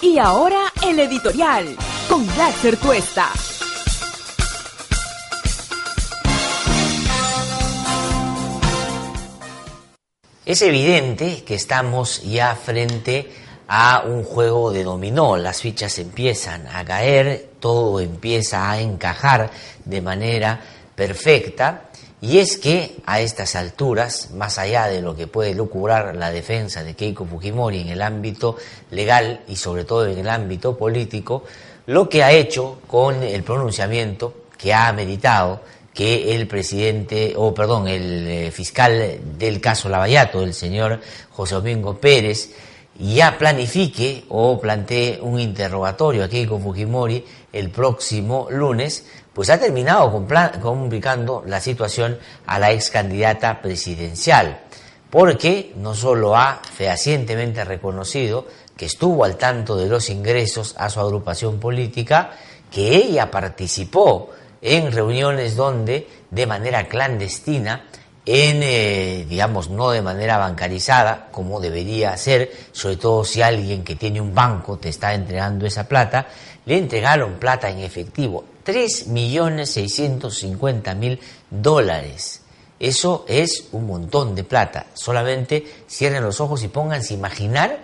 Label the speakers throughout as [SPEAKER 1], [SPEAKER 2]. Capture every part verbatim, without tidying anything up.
[SPEAKER 1] Y ahora el editorial con Láser Tuesta.
[SPEAKER 2] Es evidente que estamos ya frente a un juego de dominó. Las fichas empiezan a caer, todo empieza a encajar de manera perfecta. Y es que a estas alturas, más allá de lo que puede lucubrar la defensa de Keiko Fujimori en el ámbito legal y sobre todo en el ámbito político, lo que ha hecho con el pronunciamiento que ha meditado que el presidente, o perdón, el eh, fiscal del caso Lavallato, el señor José Domingo Pérez, ya planifique o plantee un interrogatorio a Keiko Fujimori el próximo lunes, pues ha terminado complicando la situación a la ex candidata presidencial, porque no solo ha fehacientemente reconocido que estuvo al tanto de los ingresos a su agrupación política, que ella participó en reuniones donde de manera clandestina, en eh, digamos no de manera bancarizada como debería ser, sobre todo si alguien que tiene un banco te está entregando esa plata, le entregaron plata en efectivo, tres millones seiscientos cincuenta mil dólares. Eso es un montón de plata. Solamente cierren los ojos y pónganse a imaginar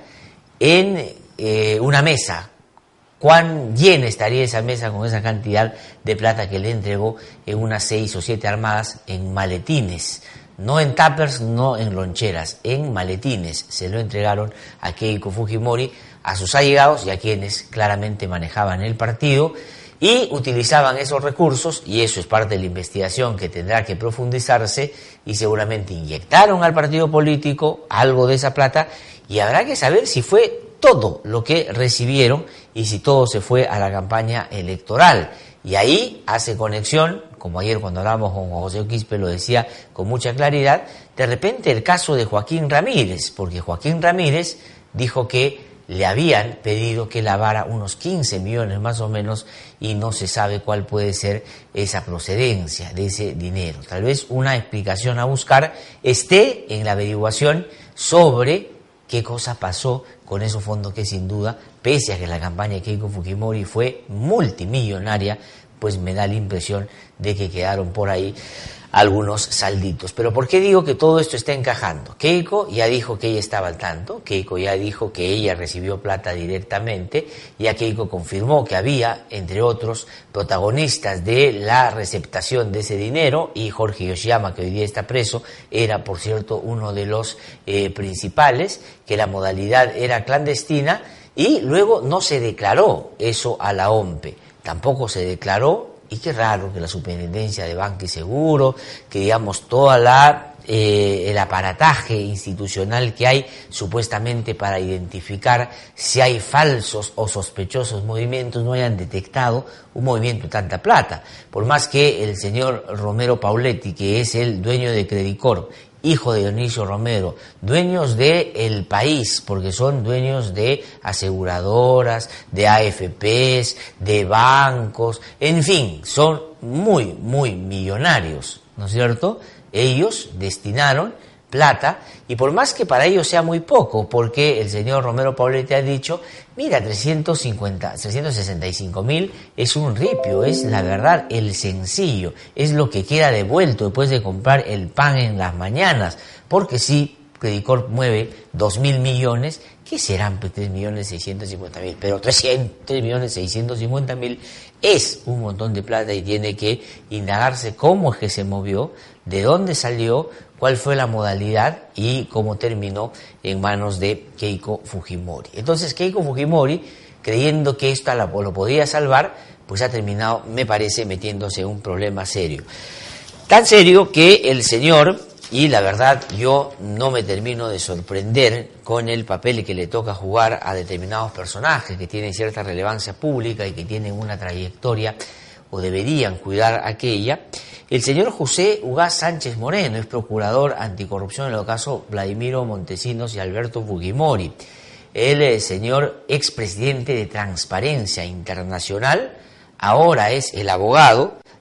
[SPEAKER 2] en eh, una mesa. ¿Cuán llena estaría esa mesa con esa cantidad de plata que le entregó en unas seis o siete armadas en maletines? No en tuppers, no en loncheras, en maletines. Se lo entregaron a Keiko Fujimori, a sus allegados y a quienes claramente manejaban el partido y utilizaban esos recursos, y eso es parte de la investigación que tendrá que profundizarse, y seguramente inyectaron al partido político algo de esa plata, y habrá que saber si fue todo lo que recibieron y si todo se fue a la campaña electoral. Y ahí hace conexión, como ayer cuando hablábamos con José Quispe lo decía con mucha claridad, de repente el caso de Joaquín Ramírez, porque Joaquín Ramírez dijo que le habían pedido que lavara unos quince millones más o menos y no se sabe cuál puede ser esa procedencia de ese dinero. Tal vez una explicación a buscar esté en la averiguación sobre qué cosa pasó con esos fondos que sin duda, pese a que la campaña de Keiko Fujimori fue multimillonaria, pues me da la impresión de que quedaron por ahí algunos salditos. Pero ¿por qué digo que todo esto está encajando? Keiko ya dijo que ella estaba al tanto, Keiko ya dijo que ella recibió plata directamente, ya Keiko confirmó que había, entre otros, protagonistas de la receptación de ese dinero, y Jorge Yoshiyama, que hoy día está preso, era, por cierto, uno de los eh, principales, que la modalidad era clandestina, y luego no se declaró eso a la O M P E, tampoco se declaró. Y qué raro que la Superintendencia de Banca y Seguro, que digamos toda la eh, el aparataje institucional que hay supuestamente para identificar si hay falsos o sospechosos movimientos, no hayan detectado un movimiento de tanta plata. Por más que el señor Romero Pauletti, que es el dueño de Credicorp, hijo de Dionisio Romero, dueños de El País, porque son dueños de aseguradoras, de A F Pes, de bancos, en fin, son muy, muy millonarios, ¿no es cierto? Ellos destinaron plata, y por más que para ellos sea muy poco, porque el señor Romero Pauletti ha dicho, mira, trescientos cincuenta, trescientos sesenta y cinco mil es un ripio, es la verdad, el sencillo, es lo que queda devuelto después de comprar el pan en las mañanas, porque si Credicorp mueve dos mil millones, ¿qué serán? Pues tres millones seiscientos cincuenta mil, pero trescientos millones seiscientos cincuenta mil es un montón de plata, y tiene que indagarse cómo es que se movió, de dónde salió, cuál fue la modalidad y cómo terminó en manos de Keiko Fujimori. Entonces Keiko Fujimori, creyendo que esto lo podía salvar, pues ha terminado, me parece, metiéndose en un problema serio. Tan serio que el señor, y la verdad yo no me termino de sorprender con el papel que le toca jugar a determinados personajes que tienen cierta relevancia pública y que tienen una trayectoria o deberían cuidar aquella. El señor José Ugaz Sánchez Moreno es procurador anticorrupción en el caso Vladimiro Montesinos y Alberto Fujimori. El, el señor expresidente de Transparencia Internacional ahora es el abogado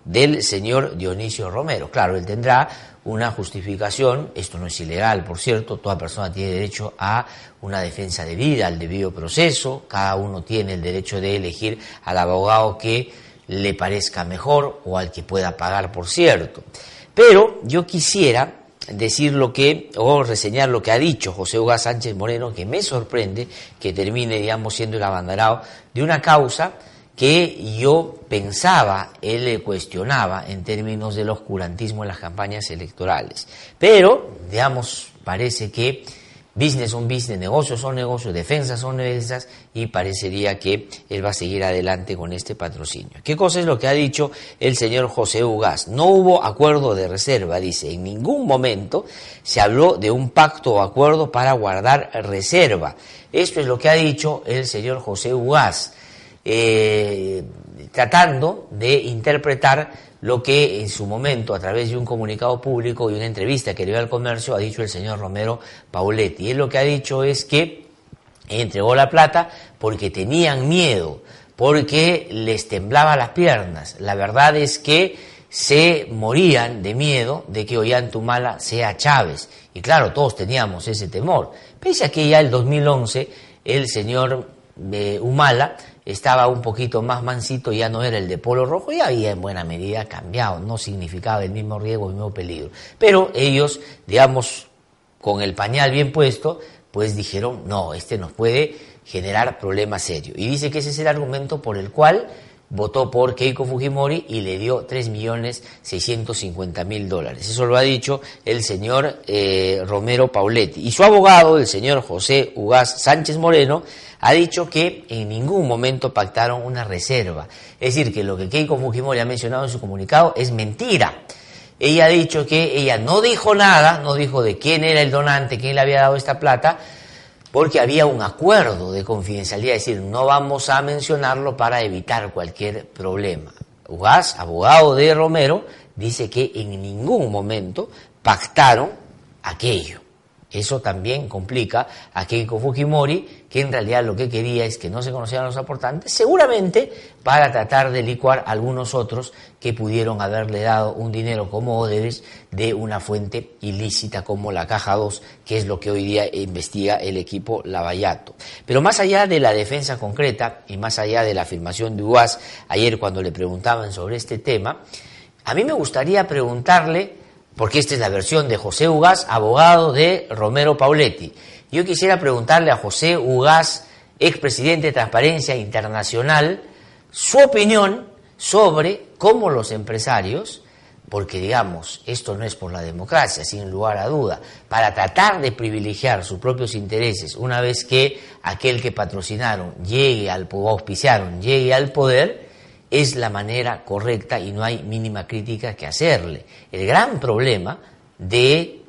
[SPEAKER 2] del señor Dionisio Romero. Claro, él tendrá una justificación, esto no es ilegal, por cierto, toda persona tiene derecho a una defensa debida, al debido proceso, cada uno tiene el derecho de elegir al abogado que le parezca mejor o al que pueda pagar, por cierto. Pero yo quisiera decir lo que, o reseñar lo que ha dicho José Ugaz Sánchez Moreno, que me sorprende que termine, digamos, siendo el abanderado de una causa que yo pensaba, él cuestionaba en términos del oscurantismo en las campañas electorales. Pero, digamos, parece que business son business, negocios son negocios, defensas son defensas, y parecería que él va a seguir adelante con este patrocinio. ¿Qué cosa es lo que ha dicho el señor José Ugaz? No hubo acuerdo de reserva, dice. En ningún momento se habló de un pacto o acuerdo para guardar reserva. Esto es lo que ha dicho el señor José Ugaz. Eh, tratando de interpretar lo que en su momento, a través de un comunicado público y una entrevista que le dio al Comercio, ha dicho el señor Romero Pauletti. Él lo que ha dicho es que entregó la plata porque tenían miedo, porque les temblaba las piernas. La verdad es que se morían de miedo de que Ollanta sea Chávez. Y claro, todos teníamos ese temor. Pese a que ya el dos mil once el señor de Humala estaba un poquito más mansito, ya no era el de polo rojo, ya había en buena medida cambiado, no significaba el mismo riesgo, el mismo peligro. Pero ellos, digamos, con el pañal bien puesto, pues dijeron, no, este nos puede generar problemas serios. Y dice que ese es el argumento por el cual votó por Keiko Fujimori y le dio tres millones seiscientos cincuenta mil dólares. Eso lo ha dicho el señor eh, Romero Pauletti. Y su abogado, el señor José Ugaz Sánchez Moreno, ha dicho que en ningún momento pactaron una reserva. Es decir, que lo que Keiko Fujimori ha mencionado en su comunicado es mentira. Ella ha dicho que ella no dijo nada, no dijo de quién era el donante, quién le había dado esta plata, porque había un acuerdo de confidencialidad, es decir, no vamos a mencionarlo para evitar cualquier problema. Ugaz, abogado de Romero, dice que en ningún momento pactaron aquello. Eso también complica a Keiko Fujimori, que en realidad lo que quería es que no se conocieran los aportantes, seguramente para tratar de licuar a algunos otros que pudieron haberle dado un dinero como Odebrecht de una fuente ilícita como la Caja dos, que es lo que hoy día investiga el equipo Lavallato. Pero más allá de la defensa concreta y más allá de la afirmación de Ugaz, ayer cuando le preguntaban sobre este tema, a mí me gustaría preguntarle, porque esta es la versión de José Ugaz, abogado de Romero Pauletti. Yo quisiera preguntarle a José Ugaz, expresidente de Transparencia Internacional, su opinión sobre cómo los empresarios, porque digamos, esto no es por la democracia, sin lugar a duda, para tratar de privilegiar sus propios intereses, una vez que aquel que patrocinaron llegue al poder, auspiciaron, llegue al poder, es la manera correcta y no hay mínima crítica que hacerle. El gran problema de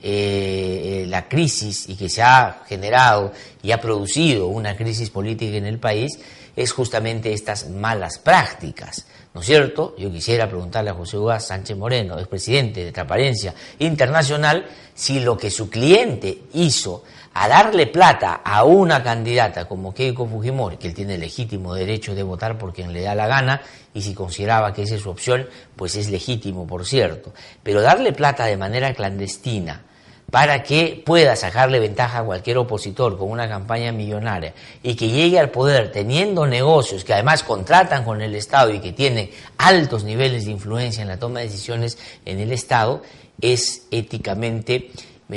[SPEAKER 2] eh, la crisis y que se ha generado y ha producido una crisis política en el país es justamente estas malas prácticas, ¿no es cierto? Yo quisiera preguntarle a José Ugaz Sánchez Moreno, expresidente de Transparencia Internacional, si lo que su cliente hizo a darle plata a una candidata como Keiko Fujimori, que él tiene el legítimo derecho de votar por quien le da la gana, y si consideraba que esa es su opción, pues es legítimo, por cierto, pero darle plata de manera clandestina para que pueda sacarle ventaja a cualquier opositor con una campaña millonaria y que llegue al poder teniendo negocios que además contratan con el Estado y que tienen altos niveles de influencia en la toma de decisiones en el Estado, es éticamente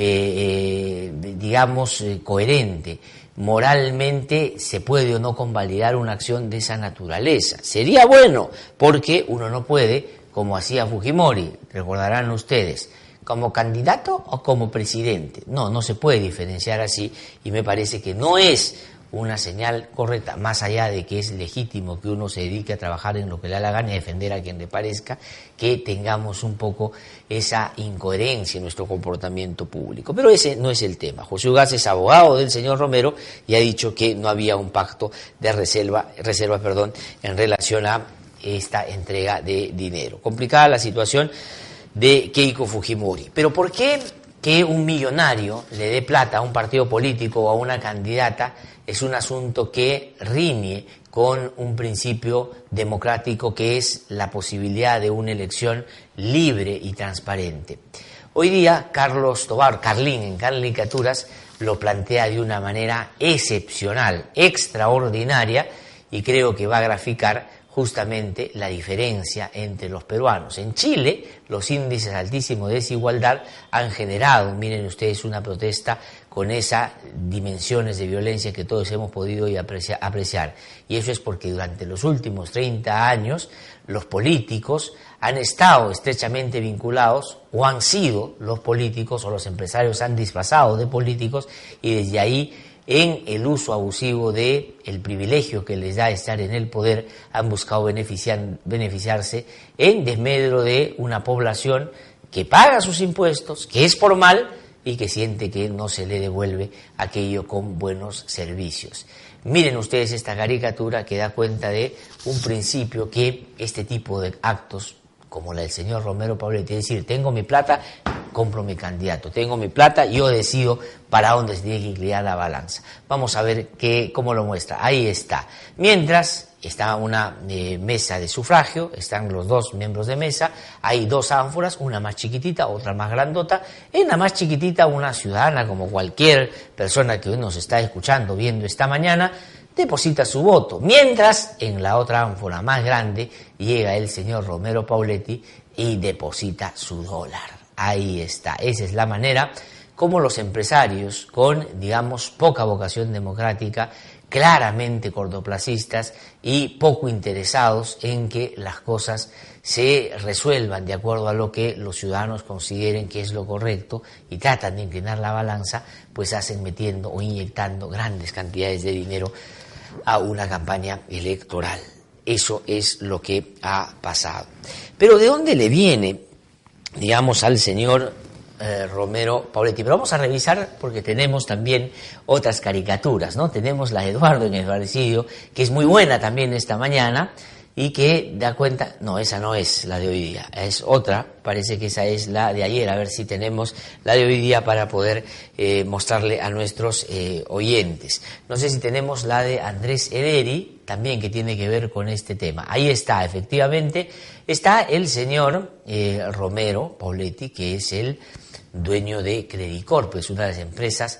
[SPEAKER 2] Eh, eh, digamos, eh, coherente. Moralmente se puede o no convalidar una acción de esa naturaleza. Sería bueno, porque uno no puede, como hacía Fujimori, recordarán ustedes, como candidato o como presidente. No, no se puede diferenciar así y me parece que no es una señal correcta, más allá de que es legítimo que uno se dedique a trabajar en lo que le da la gana y a defender a quien le parezca, que tengamos un poco esa incoherencia en nuestro comportamiento público. Pero ese no es el tema. José Ugaz es abogado del señor Romero y ha dicho que no había un pacto de reserva, reserva perdón, en relación a esta entrega de dinero. Complicada la situación de Keiko Fujimori. Pero ¿por qué que un millonario le dé plata a un partido político o a una candidata es un asunto que riñe con un principio democrático que es la posibilidad de una elección libre y transparente. Hoy día Carlos Tobar, Carlín en Caricaturas, lo plantea de una manera excepcional, extraordinaria, y creo que va a graficar justamente la diferencia entre los peruanos. En Chile, los índices altísimos de desigualdad han generado, miren ustedes, una protesta con esas dimensiones de violencia que todos hemos podido hoy apreciar. Y eso es porque durante los últimos treinta años los políticos han estado estrechamente vinculados, o han sido los políticos o los empresarios han disfrazado de políticos, y desde ahí, en el uso abusivo de el privilegio que les da estar en el poder, han buscado beneficiar, beneficiarse en desmedro de una población que paga sus impuestos, que es formal y que siente que no se le devuelve aquello con buenos servicios. Miren ustedes esta caricatura que da cuenta de un principio que este tipo de actos, como la del señor Romero Pauletti, es decir, tengo mi plata, compro mi candidato, tengo mi plata, yo decido para dónde se tiene que inclinar la balanza. Vamos a ver qué, cómo lo muestra. Ahí está. Mientras está una eh, mesa de sufragio, están los dos miembros de mesa, hay dos ánforas, una más chiquitita, otra más grandota. En la más chiquitita, una ciudadana, como cualquier persona que hoy nos está escuchando, viendo esta mañana, deposita su voto, mientras en la otra ánfora más grande llega el señor Romero Pauletti y deposita su dólar. Ahí está, esa es la manera como los empresarios con, digamos, poca vocación democrática, claramente cortoplacistas y poco interesados en que las cosas se resuelvan de acuerdo a lo que los ciudadanos consideren que es lo correcto y tratan de inclinar la balanza, pues hacen metiendo o inyectando grandes cantidades de dinero a una campaña electoral. Eso es lo que ha pasado. Pero ¿de dónde le viene, digamos, al señor eh, Romero Pauletti? Pero vamos a revisar porque tenemos también otras caricaturas, ¿no? Tenemos la de Eduardo en Eduardicidio, que es muy buena también esta mañana y que da cuenta, no, esa no es la de hoy día, es otra, parece que esa es la de ayer, a ver si tenemos la de hoy día para poder eh, mostrarle a nuestros eh, oyentes. No sé si tenemos la de Andrés Ederi, también que tiene que ver con este tema. Ahí está, efectivamente, está el señor eh, Romero Pauletti, que es el dueño de Credicorp, es una de las empresas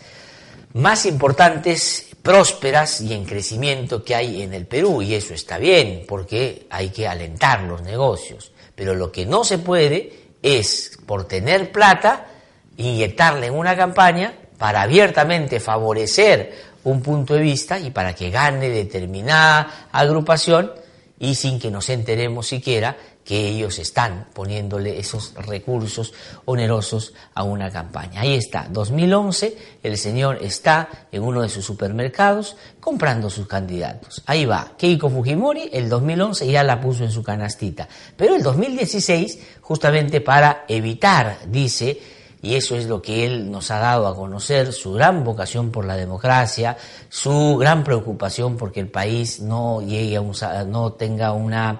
[SPEAKER 2] más importantes, prósperas y en crecimiento que hay en el Perú, y eso está bien, porque hay que alentar los negocios, pero lo que no se puede es, por tener plata, inyectarle en una campaña para abiertamente favorecer un punto de vista y para que gane determinada agrupación y sin que nos enteremos siquiera que ellos están poniéndole esos recursos onerosos a una campaña. Ahí está, dos mil once, el señor está en uno de sus supermercados comprando sus candidatos. Ahí va, Keiko Fujimori, el dos mil once ya la puso en su canastita, pero el dos mil dieciséis, justamente para evitar, dice, y eso es lo que él nos ha dado a conocer, su gran vocación por la democracia, su gran preocupación porque el país no llegue a un, no tenga una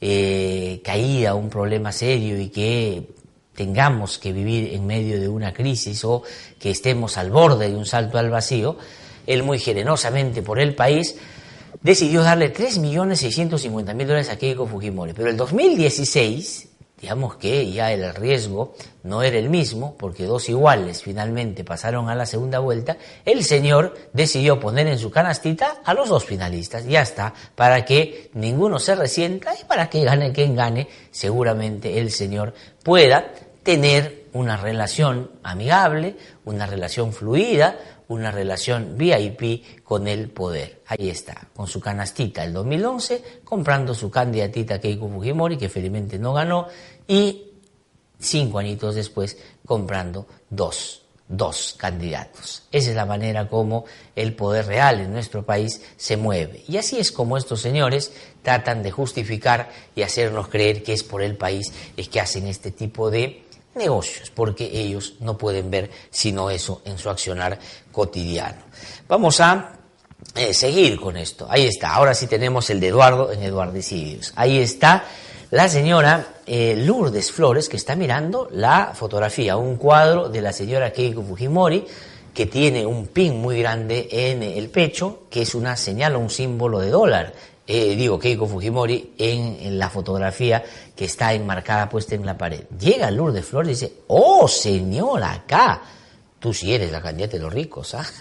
[SPEAKER 2] eh, caída, un problema serio y que tengamos que vivir en medio de una crisis o que estemos al borde de un salto al vacío. Él muy generosamente por el país decidió darle tres millones seiscientos cincuenta mil dólares a Keiko Fujimori, pero el dos mil dieciséis... digamos que ya el riesgo no era el mismo, porque dos iguales finalmente pasaron a la segunda vuelta, el señor decidió poner en su canastita a los dos finalistas, ya está, para que ninguno se resienta y para que gane quien gane, seguramente el señor pueda tener una relación amigable, una relación fluida, una relación V I P con el poder. Ahí está, con su canastita el dos mil once, comprando su candidatita Keiko Fujimori, que felizmente no ganó, y cinco añitos después comprando dos, dos candidatos. Esa es la manera como el poder real en nuestro país se mueve. Y así es como estos señores tratan de justificar y hacernos creer que es por el país es que hacen este tipo de negocios, porque ellos no pueden ver sino eso en su accionar cotidiano. Vamos a eh, seguir con esto. Ahí está, ahora sí tenemos el de Eduardo en Eduardicidios. Ahí está, la señora eh, Lourdes Flores, que está mirando la fotografía, un cuadro de la señora Keiko Fujimori, que tiene un pin muy grande en el pecho, que es una señal o un símbolo de dólar. Eh, digo, Keiko Fujimori en, en la fotografía que está enmarcada, puesta en la pared. Llega Lourdes Flores y dice, oh, señora, acá, tú sí eres la candidata de los ricos, ¿ah?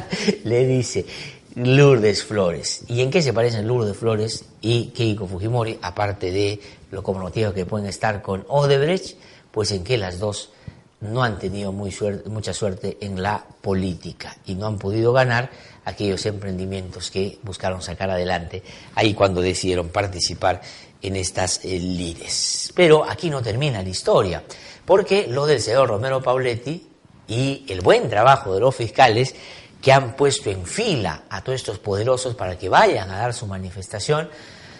[SPEAKER 2] Le dice Lourdes Flores. ¿Y en qué se parecen Lourdes Flores y Keiko Fujimori? Aparte de lo connotados que pueden estar con Odebrecht, pues en que las dos no han tenido muy suerte, mucha suerte en la política y no han podido ganar aquellos emprendimientos que buscaron sacar adelante ahí cuando decidieron participar en estas eh, lides. Pero aquí no termina la historia, porque lo del señor Romero Pauletti y el buen trabajo de los fiscales que han puesto en fila a todos estos poderosos para que vayan a dar su manifestación,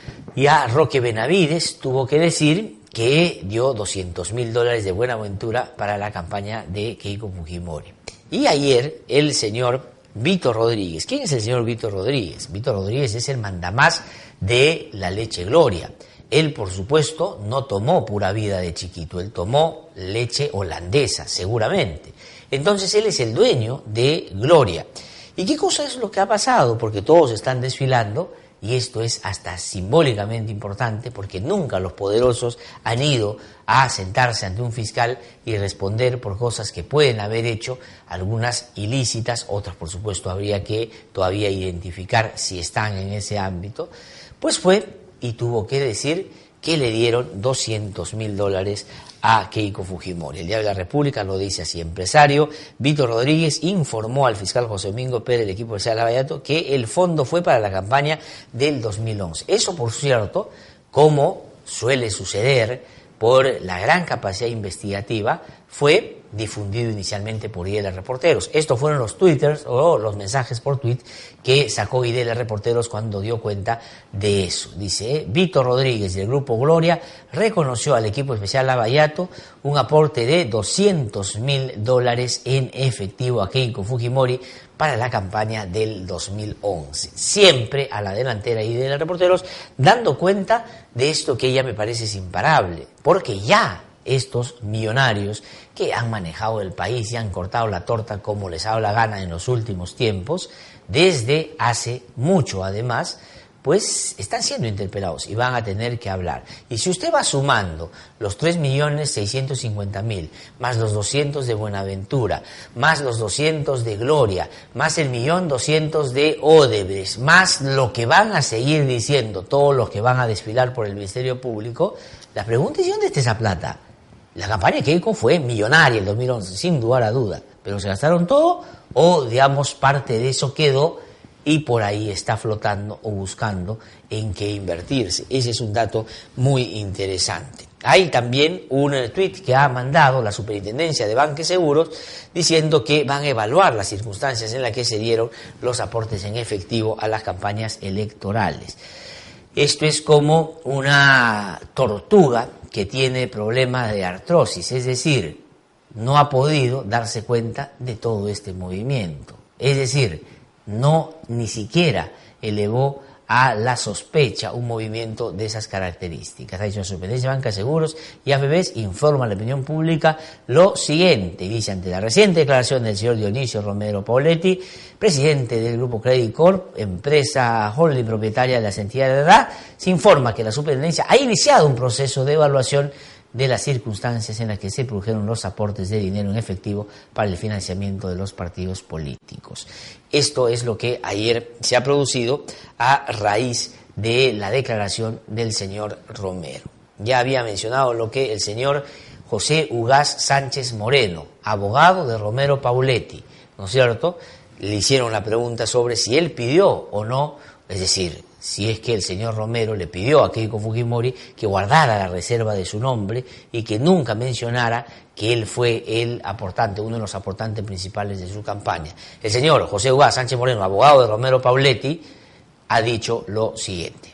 [SPEAKER 2] ya Roque Benavides tuvo que decir que dio doscientos mil dólares de Buenaventura para la campaña de Keiko Fujimori. Y ayer el señor Vito Rodríguez. ¿Quién es el señor Vito Rodríguez? Vito Rodríguez es el mandamás de la leche Gloria. Él, por supuesto, no tomó pura vida de chiquito, él tomó leche holandesa, seguramente. Entonces él es el dueño de Gloria. ¿Y qué cosa es lo que ha pasado? Porque todos están desfilando. Y esto es hasta simbólicamente importante porque nunca los poderosos han ido a sentarse ante un fiscal y responder por cosas que pueden haber hecho, algunas ilícitas, otras por supuesto habría que todavía identificar si están en ese ámbito. Pues fue y tuvo que decir que le dieron doscientos mil dólares a Keiko Fujimori. El Diario de la República lo dice así. Empresario Vito Rodríguez informó al fiscal José Domingo Pérez del equipo de Sala Lavallato que el fondo fue para la campaña del dos mil once. Eso, por cierto, como suele suceder por la gran capacidad investigativa, fue difundido inicialmente por I D L Reporteros. Estos fueron los twitters o los mensajes por tweet que sacó I D L Reporteros cuando dio cuenta de eso. Dice, eh, Vito Rodríguez del Grupo Gloria reconoció al equipo especial Lavallato un aporte de doscientos mil dólares en efectivo a Keiko Fujimori para la campaña del dos mil once. Siempre a la delantera I D L Reporteros, dando cuenta de esto que ella me parece es imparable, porque ya estos millonarios que han manejado el país y han cortado la torta como les ha dado la gana en los últimos tiempos, desde hace mucho además, pues están siendo interpelados y van a tener que hablar. Y si usted va sumando los tres millones seiscientos cincuenta mil, más los doscientos de Buenaventura, más los doscientos de Gloria, más el millón doscientos de Odebrecht, más lo que van a seguir diciendo todos los que van a desfilar por el Ministerio Público, la pregunta es, ¿y dónde está esa plata? La campaña de Keiko fue millonaria en el dos mil once, sin lugar a duda, pero ¿se gastaron todo o, digamos, parte de eso quedó y por ahí está flotando o buscando en qué invertirse? Ese es un dato muy interesante. Hay también un tuit que ha mandado la Superintendencia de Banca y Seguros diciendo que van a evaluar las circunstancias en las que se dieron los aportes en efectivo a las campañas electorales. Esto es como una tortuga que tiene problemas de artrosis, es decir, no ha podido darse cuenta de todo este movimiento. Es decir, no ni siquiera elevó a la sospecha un movimiento de esas características. Ha dicho la Superintendencia de Banca y Seguros y A F Bs informa a la opinión pública lo siguiente. Dice, ante la reciente declaración del señor Dionisio Romero Pauletti, presidente del Grupo Credit Corp, empresa holding propietaria de las entidades de edad, se informa que la Superintendencia ha iniciado un proceso de evaluación de las circunstancias en las que se produjeron los aportes de dinero en efectivo para el financiamiento de los partidos políticos. Esto es lo que ayer se ha producido a raíz de la declaración del señor Romero. Ya había mencionado lo que el señor José Ugaz Sánchez Moreno, abogado de Romero Pauletti, ¿no es cierto?, le hicieron la pregunta sobre si él pidió o no, es decir, si es que el señor Romero le pidió a Keiko Fujimori que guardara la reserva de su nombre y que nunca mencionara que él fue el aportante, uno de los aportantes principales de su campaña. El señor José Ugaz Sánchez Moreno, abogado de Romero Pauletti, ha dicho lo siguiente.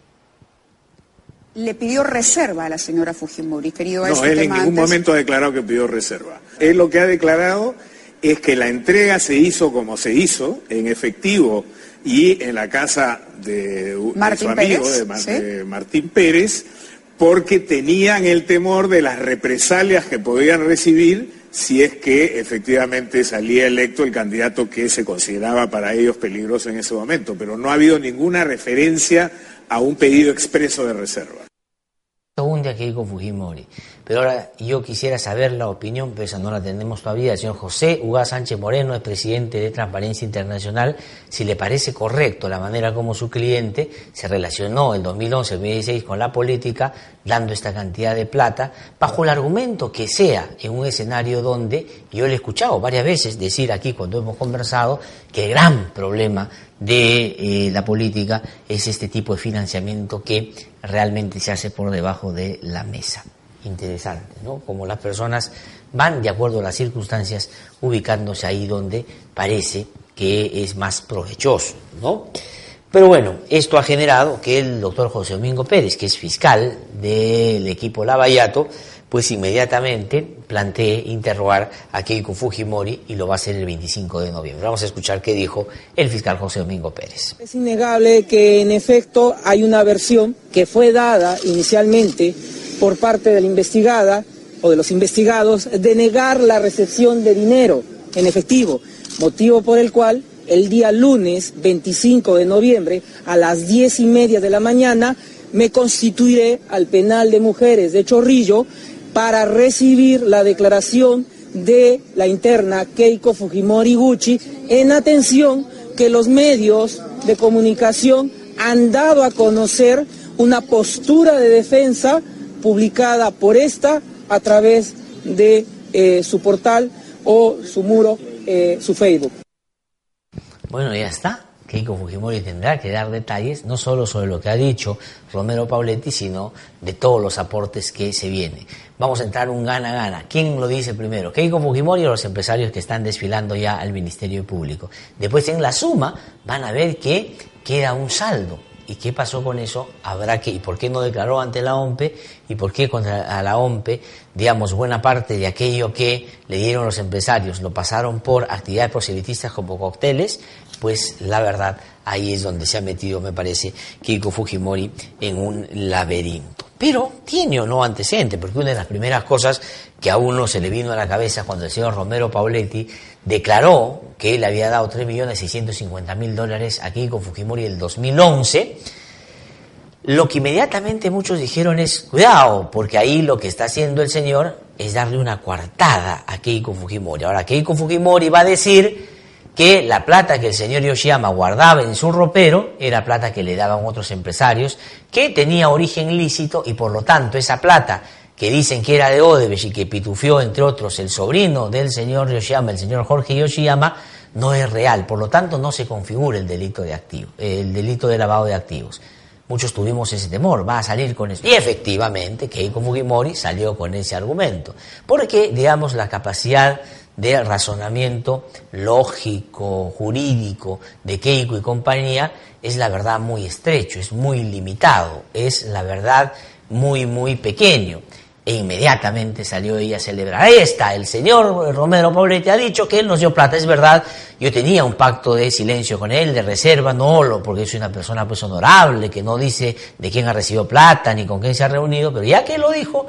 [SPEAKER 3] ¿Le pidió reserva a la señora Fujimori, querido?
[SPEAKER 4] No, él en ningún momento ha declarado que pidió reserva. Él lo que ha declarado es que la entrega se hizo como se hizo, en efectivo y en la casa de, de su amigo, Pérez, de, ¿sí? de Martín Pérez, porque tenían el temor de las represalias que podían recibir si es que efectivamente salía electo el candidato que se consideraba para ellos peligroso en ese momento, pero no ha habido ninguna referencia a un pedido expreso de reserva.
[SPEAKER 2] Un día Keiko Fujimori. Pero ahora yo quisiera saber la opinión, pero esa no la tenemos todavía, del señor José Ugaz Sánchez Moreno, es presidente de Transparencia Internacional, si le parece correcto la manera como su cliente se relacionó el dos mil once, dos mil dieciséis con la política, dando esta cantidad de plata, bajo el argumento que sea en un escenario donde yo le he escuchado varias veces decir aquí cuando hemos conversado que el gran problema de eh, la política es este tipo de financiamiento que realmente se hace por debajo de la mesa. Interesante, ¿no? Como las personas van de acuerdo a las circunstancias ubicándose ahí donde parece que es más provechoso, ¿no? Pero bueno, esto ha generado que el doctor José Domingo Pérez, que es fiscal del equipo Lavallato, pues inmediatamente plantee interrogar a Keiko Fujimori y lo va a hacer el veinticinco de noviembre. Vamos a escuchar qué dijo el fiscal José Domingo Pérez.
[SPEAKER 5] Es innegable que en efecto hay una versión que fue dada inicialmente por parte de la investigada o de los investigados de negar la recepción de dinero en efectivo, motivo por el cual el día lunes veinticinco de noviembre a las diez y media de la mañana me constituiré al penal de mujeres de Chorrillo para recibir la declaración de la interna Keiko Fujimori Gucci, en atención que los medios de comunicación han dado a conocer una postura de defensa publicada por esta a través de eh, su portal o su muro, eh, su Facebook.
[SPEAKER 2] Bueno, ya está. Keiko Fujimori tendrá que dar detalles, no solo sobre lo que ha dicho Romero Pauletti, sino de todos los aportes que se vienen. Vamos a entrar un gana-gana. ¿Quién lo dice primero? ¿Keiko Fujimori o los empresarios que están desfilando ya al Ministerio Público? Después, en la suma, van a ver que queda un saldo. ¿Y qué pasó con eso? Habrá que, ¿y por qué no declaró ante la O M P E? ¿Y por qué contra a la O M P E, digamos, buena parte de aquello que le dieron los empresarios lo pasaron por actividades proselitistas como cócteles? Pues la verdad, ahí es donde se ha metido, me parece, Keiko Fujimori en un laberinto. Pero tiene o no antecedente, porque una de las primeras cosas que a uno se le vino a la cabeza cuando el señor Romero Pauletti declaró que él había dado tres millones seiscientos cincuenta mil dólares a Keiko Fujimori en el dos mil once, lo que inmediatamente muchos dijeron es, cuidado, porque ahí lo que está haciendo el señor es darle una coartada a Keiko Fujimori. Ahora, Keiko Fujimori va a decir que la plata que el señor Yoshiyama guardaba en su ropero era plata que le daban otros empresarios, que tenía origen lícito y por lo tanto esa plata que dicen que era de Odebrecht y que pitufió entre otros el sobrino del señor Yoshiyama, el señor Jorge Yoshiyama, no es real, por lo tanto no se configura el delito de activo, el delito de lavado de activos. Muchos tuvimos ese temor, va a salir con eso. Y efectivamente, Keiko Fujimori salió con ese argumento, porque, digamos, la capacidad de razonamiento lógico, jurídico de Keiko y compañía es la verdad muy estrecho, es muy limitado, es la verdad muy, muy pequeño. E inmediatamente salió ella a celebrar. Ahí está, el señor Romero Pauletti ha dicho que él nos dio plata, es verdad, yo tenía un pacto de silencio con él, de reserva, no, lo, porque soy una persona pues honorable, que no dice de quién ha recibido plata, ni con quién se ha reunido, pero ya que lo dijo,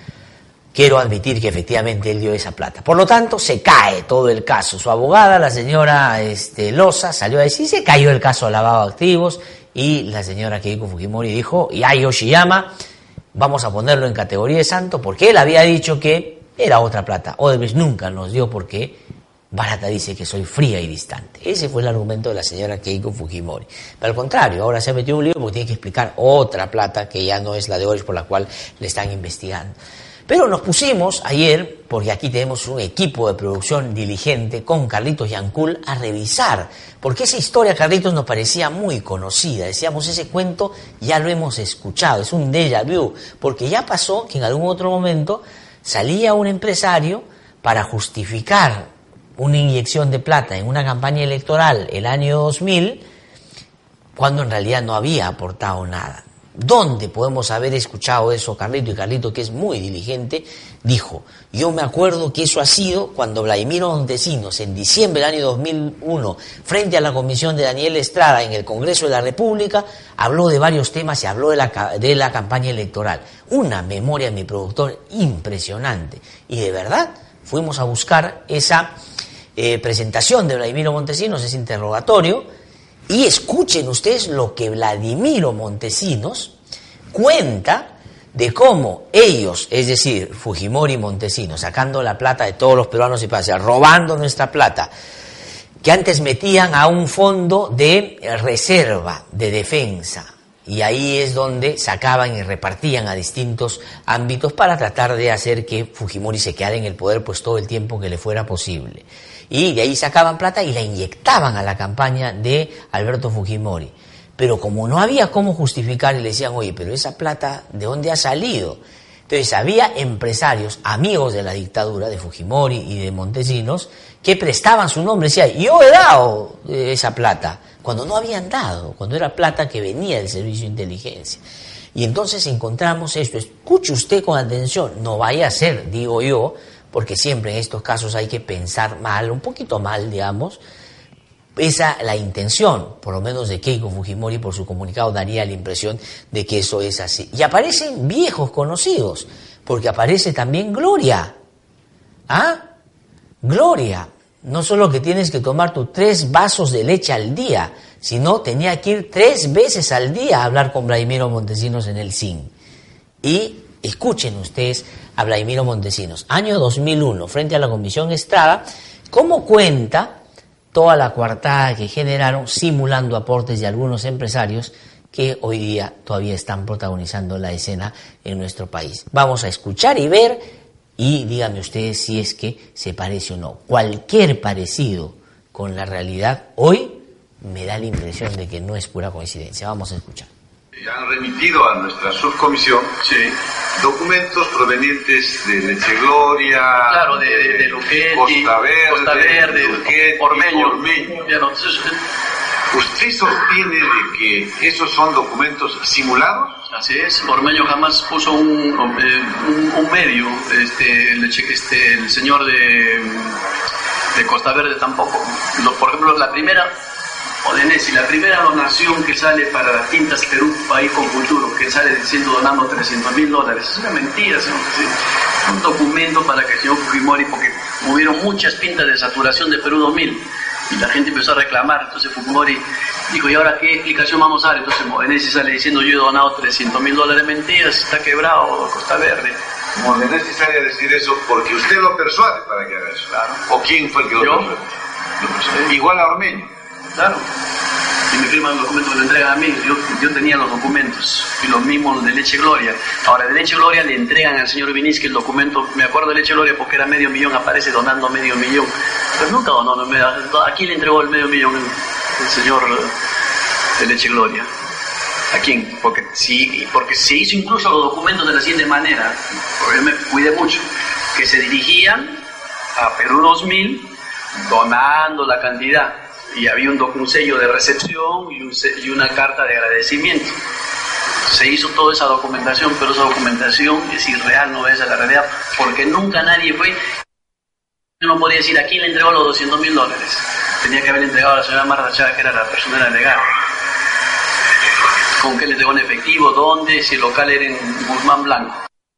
[SPEAKER 2] quiero admitir que efectivamente él dio esa plata. Por lo tanto, se cae todo el caso. Su abogada, la señora este, Loza, salió a decir, se cayó el caso de lavado de activos, y la señora Keiko Fujimori dijo, ya Yoshiyama, vamos a ponerlo en categoría de santo, porque él había dicho que era otra plata. Odebrecht nunca nos dio porque Barata dice que soy fría y distante. Ese fue el argumento de la señora Keiko Fujimori. Pero al contrario, ahora se ha metido un lío porque tiene que explicar otra plata que ya no es la de Odebrecht por la cual le están investigando. Pero nos pusimos ayer, porque aquí tenemos un equipo de producción diligente con Carlitos Yancul, a revisar, porque esa historia, Carlitos, nos parecía muy conocida. Decíamos, ese cuento ya lo hemos escuchado, es un déjà vu, porque ya pasó que en algún otro momento salía un empresario para justificar una inyección de plata en una campaña electoral el año dos mil, cuando en realidad no había aportado nada. ¿Dónde podemos haber escuchado eso, Carlito? Y Carlito, que es muy diligente, dijo, yo me acuerdo que eso ha sido cuando Vladimiro Montesinos, en diciembre del año dos mil uno, frente a la comisión de Daniel Estrada en el Congreso de la República, habló de varios temas y habló de la, de la campaña electoral. Una memoria, mi productor, impresionante. Y de verdad, fuimos a buscar esa eh, presentación de Vladimiro Montesinos, ese interrogatorio, y escuchen ustedes lo que Vladimiro Montesinos cuenta de cómo ellos, es decir, Fujimori y Montesinos, sacando la plata de todos los peruanos y países, robando nuestra plata, que antes metían a un fondo de reserva, de defensa, y ahí es donde sacaban y repartían a distintos ámbitos para tratar de hacer que Fujimori se quedara en el poder pues todo el tiempo que le fuera posible. Y de ahí sacaban plata y la inyectaban a la campaña de Alberto Fujimori. Pero como no había cómo justificar, y le decían, oye, pero esa plata, ¿de dónde ha salido? Entonces había empresarios, amigos de la dictadura, de Fujimori y de Montesinos, que prestaban su nombre, decían, yo he dado esa plata, cuando no habían dado, cuando era plata que venía del servicio de inteligencia. Y entonces encontramos esto. Escuche usted con atención, no vaya a ser, digo yo, porque siempre en estos casos hay que pensar mal, un poquito mal, digamos, esa la intención, por lo menos de Keiko Fujimori, por su comunicado daría la impresión de que eso es así. Y aparecen viejos conocidos, porque aparece también Gloria. ¿Ah? Gloria. No solo que tienes que tomar tus tres vasos de leche al día, sino tenía que ir tres veces al día a hablar con Vladimiro Montesinos en el C I N. Y escuchen ustedes a Vladimiro Montesinos, año dos mil uno, frente a la Comisión Estrada, cómo cuenta toda la coartada que generaron simulando aportes de algunos empresarios que hoy día todavía están protagonizando la escena en nuestro país. Vamos a escuchar y ver, y díganme ustedes si es que se parece o no. Cualquier parecido con la realidad hoy me da la impresión de que no es pura coincidencia. Vamos a escuchar.
[SPEAKER 6] Han remitido a nuestra subcomisión sí. documentos provenientes de Leche Gloria,
[SPEAKER 7] claro, de, de, de Luquetti,
[SPEAKER 6] Costa Verde,
[SPEAKER 7] Costa Verde
[SPEAKER 6] Luquetti,
[SPEAKER 7] Ormeño.
[SPEAKER 6] Ormeño.
[SPEAKER 7] Ya no, entonces,
[SPEAKER 6] ¿usted sostiene de que esos son documentos simulados?
[SPEAKER 7] Así es, Ormeño jamás puso un, eh, un, un medio, este, el, este, el señor de, de Costa Verde tampoco. Lo, por ejemplo, la primera... Odenesi, la primera donación que sale para las tintas Perú, país con futuro, que sale diciendo donando trescientos mil dólares, es una mentira, señor presidente. Un documento para que el señor Fujimori, porque hubieron muchas pintas de saturación de Perú dos mil, y la gente empezó a reclamar, entonces Fujimori dijo, ¿y ahora qué explicación vamos a dar? Entonces Odenesi sale diciendo, yo he donado trescientos mil dólares, mentiras, está quebrado Costa Verde.
[SPEAKER 6] Odenesi sale a decir eso porque usted lo persuade para que haga eso.
[SPEAKER 7] Claro.
[SPEAKER 6] ¿O quién fue el que lo
[SPEAKER 7] ¿Yo?
[SPEAKER 6] persuade? Lo persuade. Igual a Ormeño.
[SPEAKER 7] Claro, y me firman los documentos que le entregan a mí. Yo, yo tenía los documentos, y los mismos de Leche Gloria. Ahora, de Leche Gloria le entregan al señor Viniski el documento. Me acuerdo de Leche Gloria porque era medio millón, aparece donando medio millón. Pero nunca donó, no, ¿a quién le entregó el medio millón el señor de Leche Gloria? ¿A quién? Porque sí, porque se hizo incluso los documentos de la siguiente manera, porque yo me cuidé mucho, que se dirigían a Perú dos mil donando la cantidad. Y había un, un sello de recepción y, un, y una carta de agradecimiento. Se hizo toda esa documentación, pero esa documentación es irreal, no es a la realidad, porque nunca nadie fue. Yo no podía decir a quién le entregó los doscientos mil dólares. Tenía que haber entregado a la señora Marta Chávez, que era la persona legal. ¿Con qué le entregó en efectivo? ¿Dónde? Si el local era en Guzmán Blanco.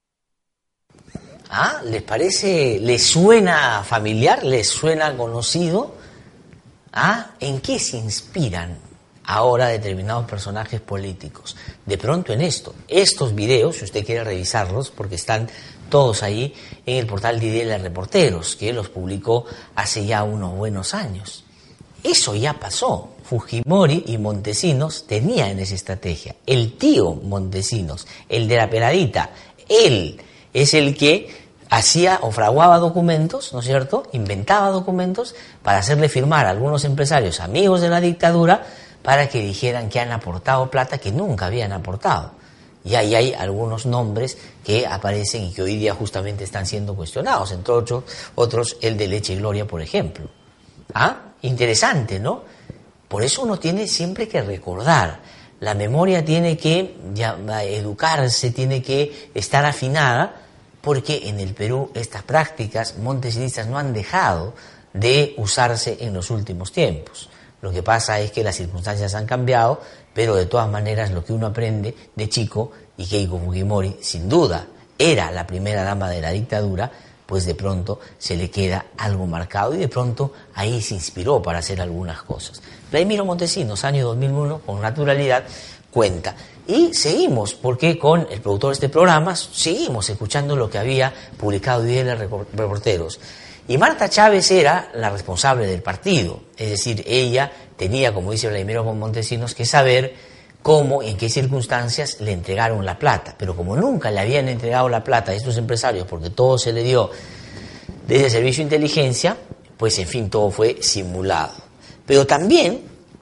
[SPEAKER 2] ¿Ah? ¿Les parece, les suena familiar, les suena conocido? ¿Ah? ¿En qué se inspiran ahora determinados personajes políticos? De pronto en esto, estos videos, si usted quiere revisarlos, porque están todos ahí en el portal de Idela Reporteros, que los publicó hace ya unos buenos años. Eso ya pasó. Fujimori y Montesinos tenían esa estrategia. El tío Montesinos, el de la peladita, él es el que hacía o fraguaba documentos, ¿no es cierto?, inventaba documentos para hacerle firmar a algunos empresarios amigos de la dictadura para que dijeran que han aportado plata que nunca habían aportado. Y ahí hay algunos nombres que aparecen y que hoy día justamente están siendo cuestionados, entre otros, otros el de Leche Gloria, por ejemplo. ¿Ah? Interesante, ¿no? Por eso uno tiene siempre que recordar la memoria tiene que ya, educarse, tiene que estar afinada, porque en el Perú estas prácticas montesinistas no han dejado de usarse en los últimos tiempos. Lo que pasa es que las circunstancias han cambiado, pero de todas maneras lo que uno aprende de chico, y Keiko Fujimori sin duda era la primera dama de la dictadura, pues de pronto se le queda algo marcado y de pronto ahí se inspiró para hacer algunas cosas. Vladimiro Montesinos, año dos mil uno, con naturalidad cuenta. Y seguimos, porque con el productor de este programa seguimos escuchando lo que había publicado I D L Reporteros. Y Marta Chávez era la responsable del partido, es decir, ella tenía, como dice Vladimiro Montesinos, que saber cómo y en qué circunstancias le entregaron la plata. Pero como nunca le habían entregado la plata a estos empresarios, porque todo se le dio desde el Servicio de Inteligencia, pues en fin, todo fue simulado. Pero también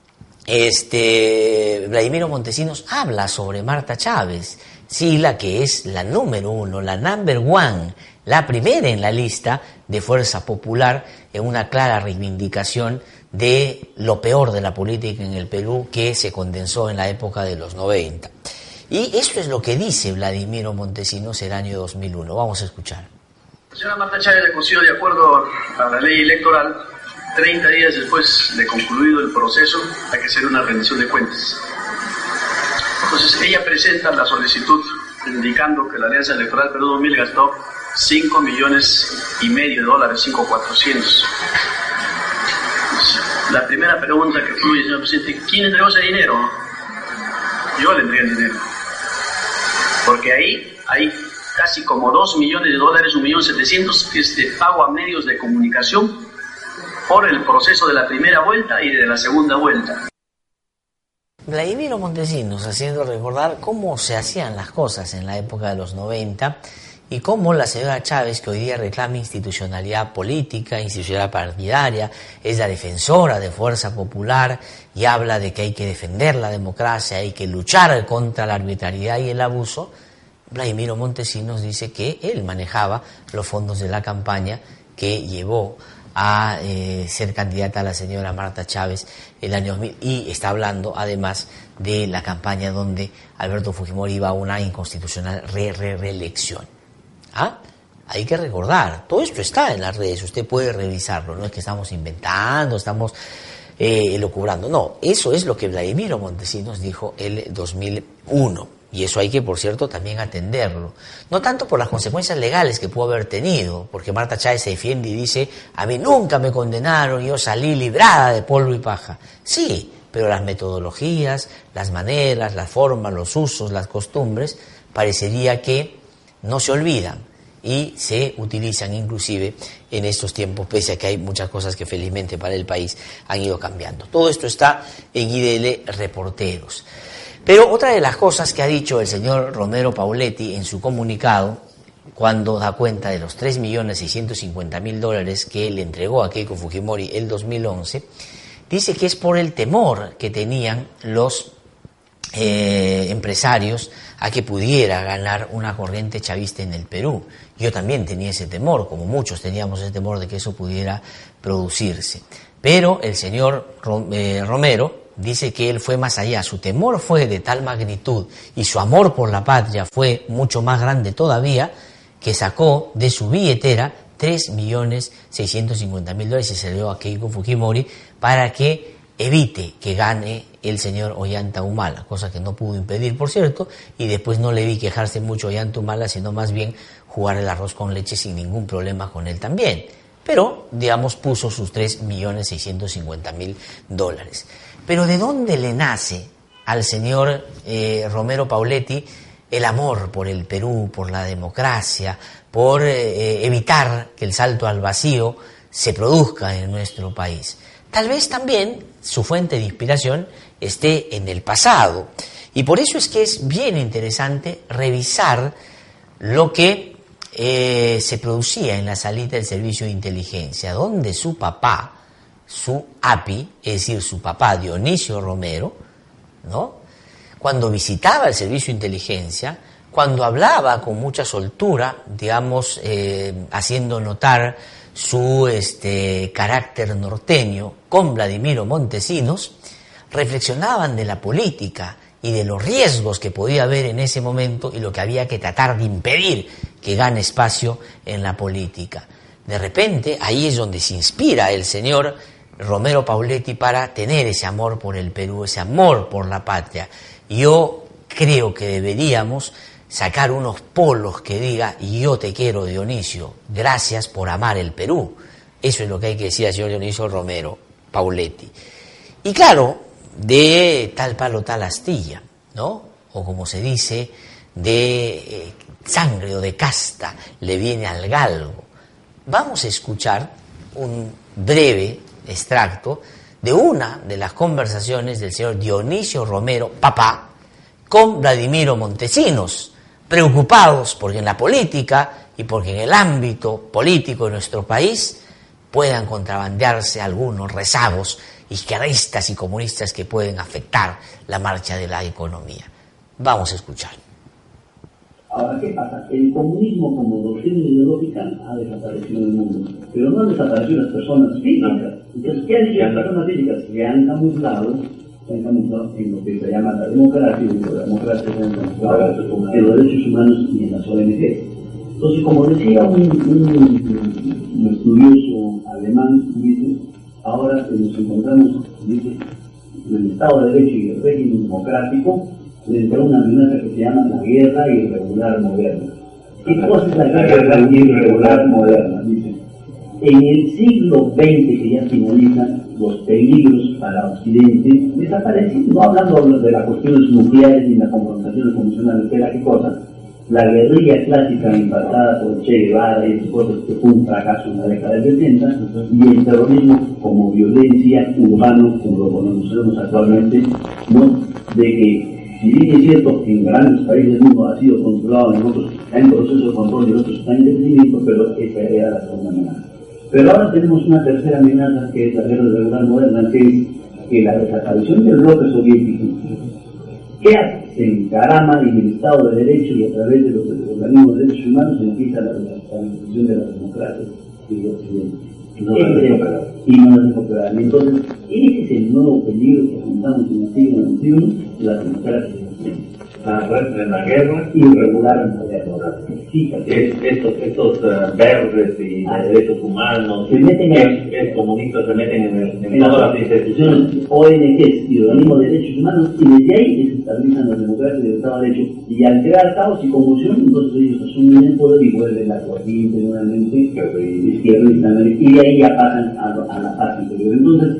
[SPEAKER 2] este, Vladimiro Montesinos habla sobre Marta Chávez, sí, la que es la número uno, la number one, la primera en la lista de Fuerza Popular, en una clara reivindicación de lo peor de la política en el Perú, que se condensó en la época de los noventa. Y eso es lo que dice Vladimiro Montesinos el año dos mil uno. Vamos a escuchar.
[SPEAKER 7] La señora Marta Chávez negoció de acuerdo a la ley electoral. treinta días después de concluido el proceso, hay que hacer una rendición de cuentas. Entonces ella presenta la solicitud indicando que la Alianza Electoral Perú dos mil gastó cinco millones y medio de dólares, cinco millones cuatrocientos. La primera pregunta que fluye, señor presidente, ¿quién entregó ese dinero? Yo le entregué el dinero. Porque ahí hay casi como dos millones de dólares, un millón setecientos, que es de pago a medios de comunicación por el proceso de la primera vuelta y de la segunda vuelta.
[SPEAKER 2] Vladimiro Montesinos haciendo recordar cómo se hacían las cosas en la época de los noventa y cómo la señora Chávez, que hoy día reclama institucionalidad política, institucionalidad partidaria, es la defensora de Fuerza Popular y habla de que hay que defender la democracia, hay que luchar contra la arbitrariedad y el abuso. Vladimiro Montesinos dice que él manejaba los fondos de la campaña que llevó a eh, ser candidata a la señora Marta Chávez el año dos mil, y está hablando además de la campaña donde Alberto Fujimori iba a una inconstitucional re, re, reelección. ¿Ah? Hay que recordar, todo esto está en las redes, usted puede revisarlo, no es que estamos inventando, estamos eh, elucubrando, no, eso es lo que Vladimiro Montesinos dijo el dos mil uno. Y eso hay que, por cierto, también atenderlo. No tanto por las consecuencias legales que pudo haber tenido, porque Marta Chávez se defiende y dice, a mí nunca me condenaron, yo salí librada de polvo y paja. Sí, pero las metodologías, las maneras, las formas, los usos, las costumbres, parecería que no se olvidan y se utilizan inclusive en estos tiempos, pese a que hay muchas cosas que felizmente para el país han ido cambiando. Todo esto está en I D L Reporteros. Pero otra de las cosas que ha dicho el señor Romero Pauletti en su comunicado, cuando da cuenta de los tres millones seiscientos cincuenta mil dólares que le entregó a Keiko Fujimori el dos mil once, dice que es por el temor que tenían los eh, empresarios a que pudiera ganar una corriente chavista en el Perú. Yo también tenía ese temor, como muchos teníamos ese temor de que eso pudiera producirse. Pero el señor eh, Romero dice que él fue más allá, su temor fue de tal magnitud y su amor por la patria fue mucho más grande todavía, que sacó de su billetera tres millones seiscientos cincuenta mil dólares y se le dio a Keiko Fujimori para que evite que gane el señor Ollanta Humala, cosa que no pudo impedir, por cierto, y después no le vi quejarse mucho a Ollanta Humala, sino más bien jugar el arroz con leche sin ningún problema con él también. Pero, digamos, puso sus tres millones seiscientos cincuenta mil dólares. Pero ¿de dónde le nace al señor eh, Romero Pauletti el amor por el Perú, por la democracia, por eh, evitar que el salto al vacío se produzca en nuestro país? Tal vez también su fuente de inspiración esté en el pasado. Y por eso es que es bien interesante revisar lo que eh, se producía en la salita del Servicio de Inteligencia, donde su papá, su A P I, es decir, su papá Dionisio Romero, ¿no?, cuando visitaba el Servicio de Inteligencia, cuando hablaba con mucha soltura, digamos, eh, haciendo notar su este, carácter norteño con Vladimiro Montesinos, reflexionaban de la política y de los riesgos que podía haber en ese momento y lo que había que tratar de impedir que gane espacio en la política. De repente, ahí es donde se inspira el señor Romero Pauletti para tener ese amor por el Perú, ese amor por la patria. Yo creo que deberíamos sacar unos polos que diga: yo te quiero, Dionisio, gracias por amar el Perú. Eso es lo que hay que decir al señor Dionisio Romero Pauletti. Y claro, de tal palo tal astilla, ¿no? O como se dice, de eh, sangre o de casta le viene al galgo. Vamos a escuchar un breve extracto de una de las conversaciones del señor Dionisio Romero, papá, con Vladimiro Montesinos, preocupados porque en la política y porque en el ámbito político de nuestro país puedan contrabandearse algunos rezagos izquierdistas y comunistas que pueden afectar la marcha de la economía. Vamos a escuchar.
[SPEAKER 8] Ahora, ¿qué pasa? El comunismo como doctrina ideológica ha desaparecido en el mundo, pero no han desaparecido las personas físicas. Entonces, ¿qué han dicho las personas físicas? Se han camuflado, se han camuflado en lo que se llama la democracia, y la democracia se han camuflado en los derechos humanos y en las O N G. Entonces, como decía un, un, un estudioso alemán, dice, ahora nos encontramos, dice, en el Estado de Derecho y el régimen democrático frente a una amenaza que se llama la guerra irregular moderna. ¿Qué cosa es la guerra irregular moderna? Dice, en el siglo veinte, que ya finaliza, los peligros para Occidente desaparecen, no hablando de las cuestiones nucleares ni las confrontaciones convencionales, que era qué cosa. La guerrilla clásica impactada por Che Guevara y esas cosas, que fue un fracaso en la década del setenta, y el terrorismo como violencia urbana, como lo conocemos actualmente, ¿no? De que, si bien es cierto que en grandes países del mundo ha sido controlado, en otros hay un proceso de control y en otros está en crecimiento, pero esa era la segunda amenaza. Pero ahora tenemos una tercera amenaza, que es la guerra irregular moderna, que es que la desaparición del bloque soviético, ¿qué hace? Se encarama en el Estado de Derecho y a través de los organismos de derechos humanos empieza la desestabilización de la democracia y Occidente. Y no la recuperar. Y no la recuperar. Entonces, ese es el nuevo peligro que afrontamos en el siglo veintiuno, la democracia y Occidente.
[SPEAKER 9] En la guerra
[SPEAKER 8] irregular moderna.
[SPEAKER 9] Es, estos estos uh, verdes y ah, derechos humanos,
[SPEAKER 8] se meten
[SPEAKER 9] en, es, comunistas se meten en, el, en,
[SPEAKER 8] en todas las instituciones, O N Ges y organismos de derechos humanos, y desde ahí desestabilizan la democracia y el Estado de Derecho, y al crear caos y conmoción, entonces ellos asumen el poder y vuelven la corriente nuevamente izquierdista, y de ahí ya pasan a, a la paz interior. Entonces,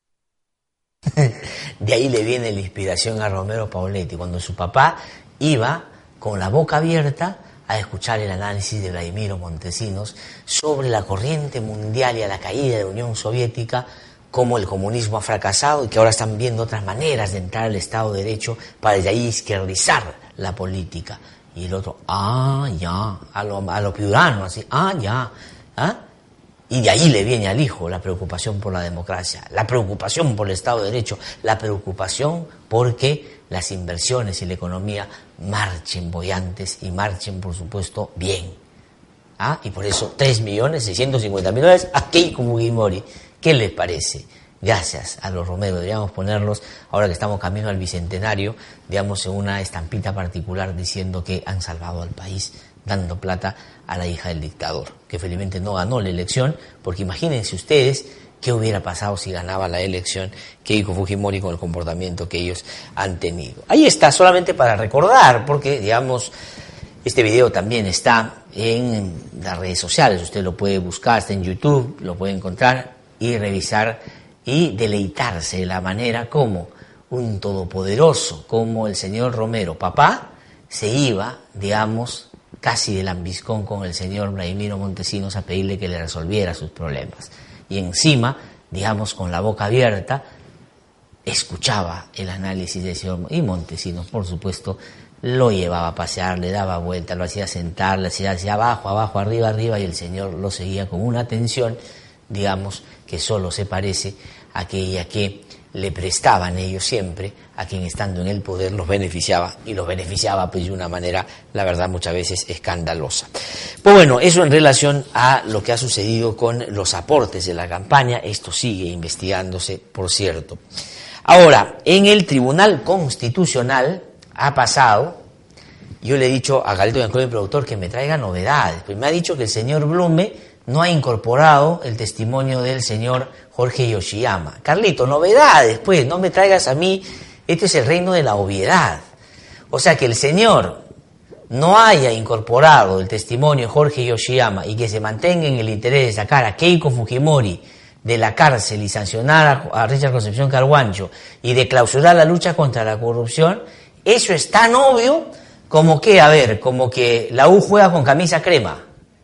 [SPEAKER 2] de ahí le viene la inspiración a Romero Pauletti, cuando su papá iba con la boca abierta a escuchar el análisis de Vladimiro Montesinos sobre la corriente mundial y a la caída de la Unión Soviética, cómo el comunismo ha fracasado y que ahora están viendo otras maneras de entrar al Estado de Derecho para de ahí izquierdizar la política. Y el otro, ah, ya, a lo, a lo piurano, así, ah, ya, ¿ah? Y de ahí le viene al hijo la preocupación por la democracia, la preocupación por el Estado de Derecho, la preocupación porque las inversiones y la economía marchen boyantes y marchen, por supuesto, bien. ¿Ah? Y por eso tres millones seiscientos cincuenta mil dólares a Keiko Fujimori. ¿Qué les parece? Gracias a los Romero, deberíamos ponerlos, ahora que estamos camino al Bicentenario, digamos, en una estampita particular diciendo que han salvado al país, dando plata a la hija del dictador, que felizmente no ganó la elección, porque imagínense ustedes qué hubiera pasado si ganaba la elección Keiko Fujimori con el comportamiento que ellos han tenido. Ahí está, solamente para recordar, porque, digamos, este video también está en las redes sociales, usted lo puede buscar, está en YouTube, lo puede encontrar y revisar y deleitarse de la manera como un todopoderoso, como el señor Romero, papá, se iba, digamos, casi de lambiscón con el señor Vladimiro Montesinos a pedirle que le resolviera sus problemas. Y encima, digamos, con la boca abierta, escuchaba el análisis del señor, y Montesinos, por supuesto, lo llevaba a pasear, le daba vuelta, lo hacía sentar, le hacía hacia abajo, abajo, arriba, arriba, y el señor lo seguía con una atención, digamos, que solo se parece a aquella que le prestaban ellos siempre a quien estando en el poder los beneficiaba, y los beneficiaba pues de una manera, la verdad, muchas veces escandalosa. Pues bueno, eso en relación a lo que ha sucedido con los aportes de la campaña. Esto sigue investigándose, por cierto. Ahora, en el Tribunal Constitucional ha pasado, yo le he dicho a Carlito Yanclón, el productor, que me traiga novedades, pues me ha dicho que el señor Blume no ha incorporado el testimonio del señor Jorge Yoshiyama. Carlito, novedades, pues, no me traigas a mí, este es el reino de la obviedad. O sea, que el señor no haya incorporado el testimonio de Jorge Yoshiyama y que se mantenga en el interés de sacar a Keiko Fujimori de la cárcel y sancionar a, a Richard Concepción Carhuancho y de clausurar la lucha contra la corrupción, eso es tan obvio como que, a ver, como que la U juega con camisa crema,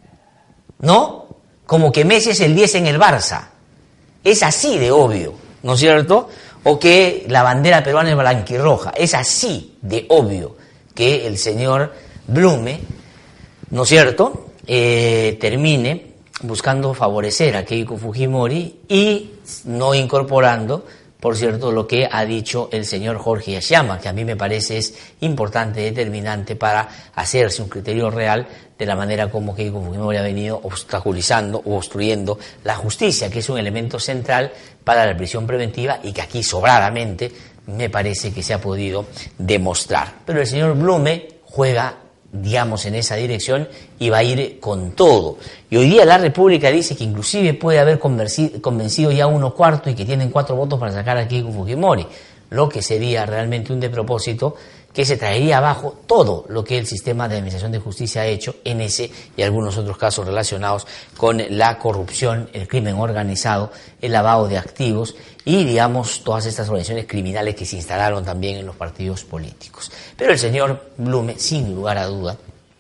[SPEAKER 2] ¿no? Como que Messi es el diez en el Barça. Es así de obvio, ¿no es cierto? O que la bandera peruana es blanquirroja. Es así de obvio que el señor Blume, ¿no es cierto?, eh, termine buscando favorecer a Keiko Fujimori y no incorporando, por cierto, lo que ha dicho el señor Jorge Yoshiyama, que a mí me parece es importante, determinante para hacerse un criterio real de la manera como Keiko Fujimori ha venido obstaculizando o obstruyendo la justicia, que es un elemento central para la prisión preventiva y que aquí sobradamente me parece que se ha podido demostrar. Pero el señor Blume juega, digamos, en esa dirección y va a ir con todo. Y hoy día la República dice que inclusive puede haber convencido ya uno cuarto y que tienen cuatro votos para sacar a Keiko Fujimori, lo que sería realmente un despropósito que se traería abajo todo lo que el sistema de administración de justicia ha hecho en ese y algunos otros casos relacionados con la corrupción, el crimen organizado, el lavado de activos y, digamos, todas estas organizaciones criminales que se instalaron también en los partidos políticos. Pero el señor Blume, sin lugar a duda,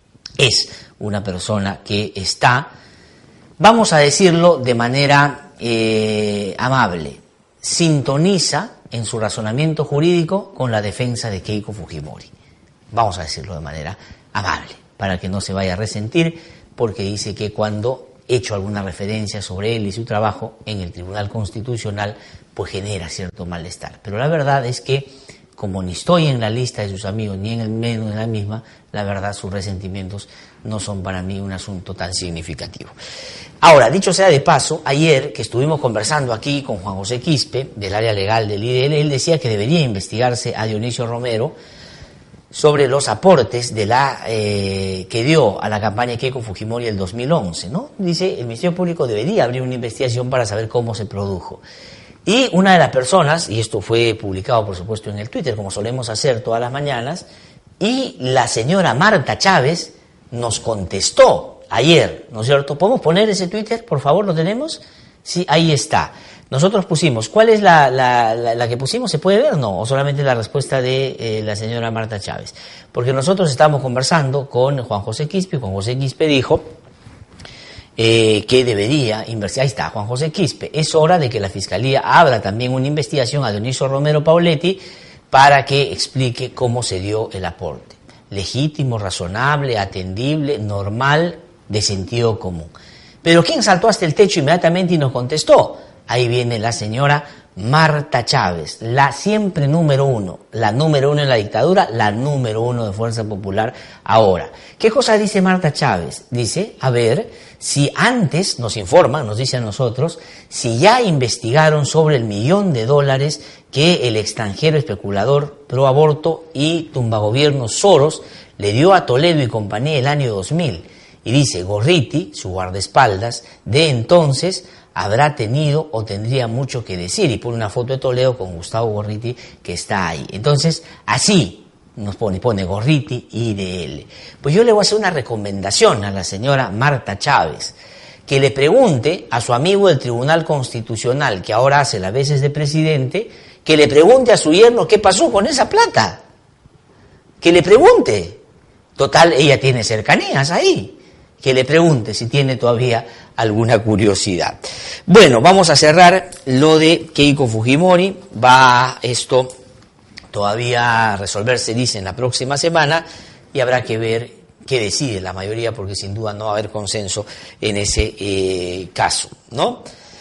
[SPEAKER 2] es una persona que está, vamos a decirlo de manera eh, amable, sintoniza en su razonamiento jurídico con la defensa de Keiko Fujimori. Vamos a decirlo de manera amable, para que no se vaya a resentir, porque dice que cuando he hecho alguna referencia sobre él y su trabajo en el Tribunal Constitucional, pues genera cierto malestar. Pero la verdad es que, como ni estoy en la lista de sus amigos, ni en el medio de la misma, la verdad sus resentimientos no son para mí un asunto tan significativo. Ahora, dicho sea de paso, ayer que estuvimos conversando aquí con Juan José Quispe, del área legal del I D L, él decía que debería investigarse a Dionisio Romero sobre los aportes de la eh, que dio a la campaña de Keiko Fujimori el dos mil once, ¿no? Dice, el Ministerio Público debería abrir una investigación para saber cómo se produjo. Y una de las personas, y esto fue publicado por supuesto en el Twitter, como solemos hacer todas las mañanas, y la señora Marta Chávez nos contestó ayer, ¿no es cierto? ¿Podemos poner ese Twitter, por favor? ¿Lo tenemos? Sí, ahí está. Nosotros pusimos, ¿cuál es la, la, la, la que pusimos? ¿Se puede ver? No, o solamente la respuesta de eh, la señora Marta Chávez. Porque nosotros estábamos conversando con Juan José Quispe, y Juan José Quispe dijo eh, que debería investigar. Ahí está, Juan José Quispe. Es hora de que la Fiscalía abra también una investigación a Dionisio Romero Pauletti para que explique cómo se dio el aporte. Legítimo, razonable, atendible, normal, de sentido común. Pero ¿quién saltó hasta el techo inmediatamente y nos contestó? Ahí viene la señora Marta Chávez, la siempre número uno, la número uno en la dictadura, la número uno de Fuerza Popular ahora. ¿Qué cosa dice Marta Chávez? Dice, a ver, si antes, nos informan, nos dice a nosotros, si ya investigaron sobre el millón de dólares que el extranjero especulador pro aborto y tumbagobierno Soros le dio a Toledo y compañía el año dos mil. Y dice, Gorriti, su guardaespaldas, de entonces habrá tenido o tendría mucho que decir. Y pone una foto de Toledo con Gustavo Gorriti que está ahí. Entonces, así nos pone, pone Gorriti I D L. Pues yo le voy a hacer una recomendación a la señora Marta Chávez, que le pregunte a su amigo del Tribunal Constitucional, que ahora hace las veces de presidente, que le pregunte a su yerno qué pasó con esa plata. Que le pregunte. Total, ella tiene cercanías ahí. Que le pregunte si tiene todavía alguna curiosidad. Bueno, vamos a cerrar lo de Keiko Fujimori. Va esto todavía a resolverse, dice, en la próxima semana, y habrá que ver qué decide la mayoría, porque sin duda no va a haber consenso en ese eh, caso, ¿no?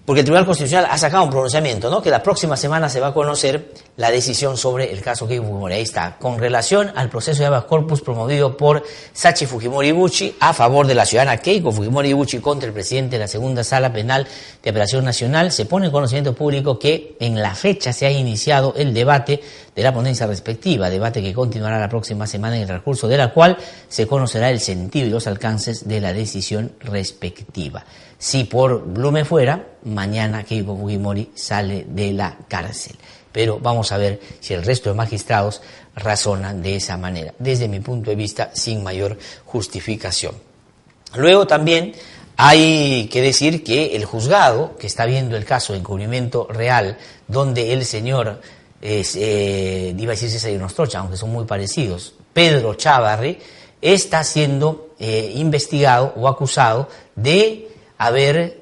[SPEAKER 2] porque el Tribunal Constitucional ha sacado un pronunciamiento, ¿no? Que la próxima semana se va a conocer la decisión sobre el caso Keiko Fujimori. Ahí está, con relación al proceso de habeas corpus promovido por Sachi Fujimori Ibuchi a favor de la ciudadana Keiko Fujimori Ibuchi contra el presidente de la Segunda Sala Penal de Apelación Nacional, se pone en conocimiento público que en la fecha se ha iniciado el debate de la ponencia respectiva, debate que continuará la próxima semana, en el transcurso de la cual se conocerá el sentido y los alcances de la decisión respectiva. Si por Blume fuera, mañana Keiko Fujimori sale de la cárcel. Pero vamos a ver si el resto de magistrados razonan de esa manera, desde mi punto de vista, sin mayor justificación. Luego también hay que decir que el juzgado, que está viendo el caso de encubrimiento real, donde el señor, es, eh, iba a decir César Nostrocha, aunque son muy parecidos, Pedro Chávarri, está siendo eh, investigado o acusado de haber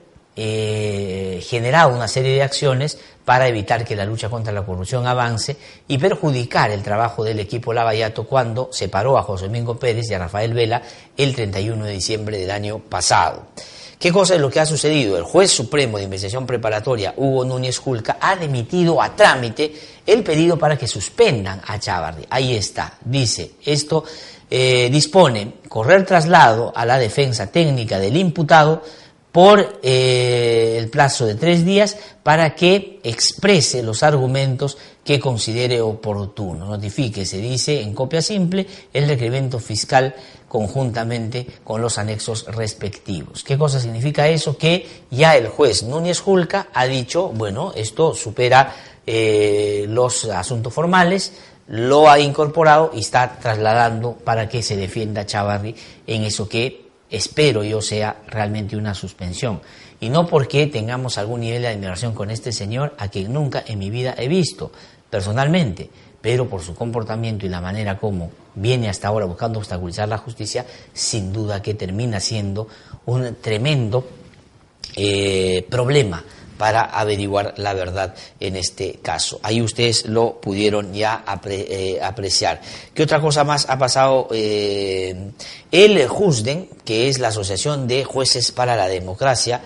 [SPEAKER 2] eh, generado una serie de acciones para evitar que la lucha contra la corrupción avance y perjudicar el trabajo del equipo Lavallato cuando separó a José Domingo Pérez y a Rafael Vela el treinta y uno de diciembre del año pasado. ¿Qué cosa es lo que ha sucedido? El juez supremo de investigación preparatoria, Hugo Núñez Julca, ha remitido a trámite el pedido para que suspendan a Chávarri. Ahí está, dice, esto eh, dispone correr traslado a la defensa técnica del imputado por eh, el plazo de tres días para que exprese los argumentos que considere oportuno. Notifique, se dice en copia simple, el requerimiento fiscal conjuntamente con los anexos respectivos. ¿Qué cosa significa eso? Que ya el juez Núñez Julca ha dicho, bueno, esto supera eh, los asuntos formales, lo ha incorporado y está trasladando para que se defienda a Chávarri en eso que espero yo sea realmente una suspensión, y no porque tengamos algún nivel de admiración con este señor, a quien nunca en mi vida he visto personalmente, pero por su comportamiento y la manera como viene hasta ahora buscando obstaculizar la justicia, sin duda que termina siendo un tremendo eh, problema para averiguar la verdad en este caso. Ahí ustedes lo pudieron ya apre, eh, apreciar. ¿Qué otra cosa más ha pasado? Eh, el JUSDEN, que es la Asociación de Jueces para la Democracia,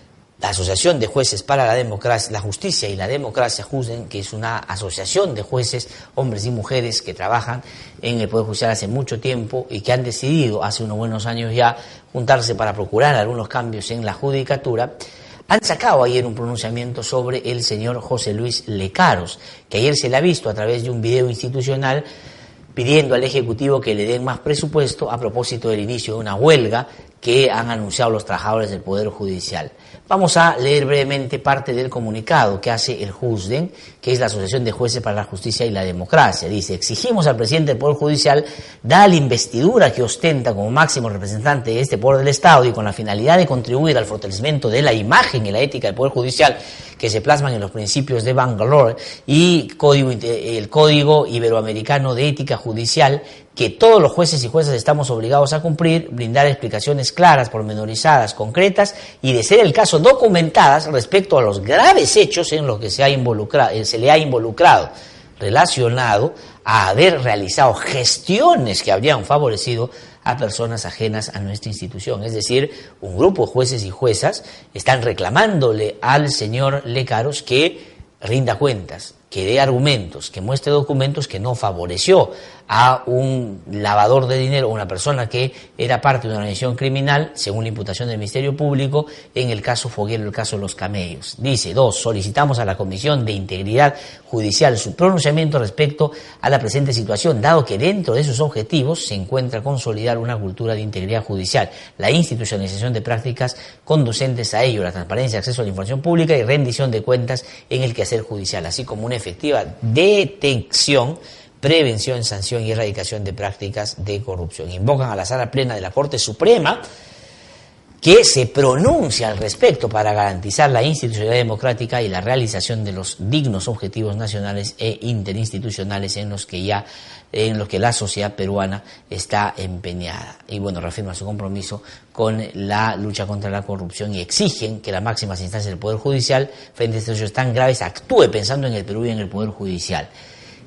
[SPEAKER 2] la Asociación de Jueces para la Democracia, la Justicia y la Democracia, JUSDEN, que es una asociación de jueces, hombres y mujeres que trabajan en el Poder Judicial hace mucho tiempo y que han decidido hace unos buenos años ya juntarse para procurar algunos cambios en la judicatura, han sacado ayer un pronunciamiento sobre el señor José Luis Lecaros, que ayer se le ha visto a través de un video institucional pidiendo al Ejecutivo que le den más presupuesto a propósito del inicio de una huelga que han anunciado los trabajadores del Poder Judicial. Vamos a leer brevemente parte del comunicado que hace el JUSDEN, que es la Asociación de Jueces para la Justicia y la Democracia. Dice: exigimos al presidente del Poder Judicial, dada la investidura que ostenta como máximo representante de este Poder del Estado y con la finalidad de contribuir al fortalecimiento de la imagen y la ética del Poder Judicial que se plasman en los principios de Bangalore y código, el Código Iberoamericano de Ética Judicial, que todos los jueces y juezas estamos obligados a cumplir, brindar explicaciones claras, pormenorizadas, concretas y, de ser el caso, documentadas respecto a los graves hechos en los que se, ha involucrado, se le ha involucrado, relacionado a haber realizado gestiones que habrían favorecido a personas ajenas a nuestra institución. Es decir, un grupo de jueces y juezas están reclamándole al señor Lecaros que rinda cuentas, que dé argumentos, que muestre documentos que no favoreció a un lavador de dinero, una persona que era parte de una organización criminal, según la imputación del Ministerio Público, en el caso Foguero, el caso de los camellos. Dice, dos, solicitamos a la Comisión de Integridad Judicial su pronunciamiento respecto a la presente situación, dado que dentro de sus objetivos se encuentra consolidar una cultura de integridad judicial, la institucionalización de prácticas conducentes a ello, la transparencia, acceso a la información pública y rendición de cuentas en el quehacer judicial, así como una efectiva detección, prevención, sanción y erradicación de prácticas de corrupción. Invocan a la Sala Plena de la Corte Suprema que se pronuncie al respecto para garantizar la institucionalidad democrática y la realización de los dignos objetivos nacionales e interinstitucionales en los que ya en los que la sociedad peruana está empeñada. Y bueno, reafirma su compromiso con la lucha contra la corrupción y exigen que las máximas instancias del Poder Judicial frente a estos hechos tan graves actúe pensando en el Perú y en el Poder Judicial.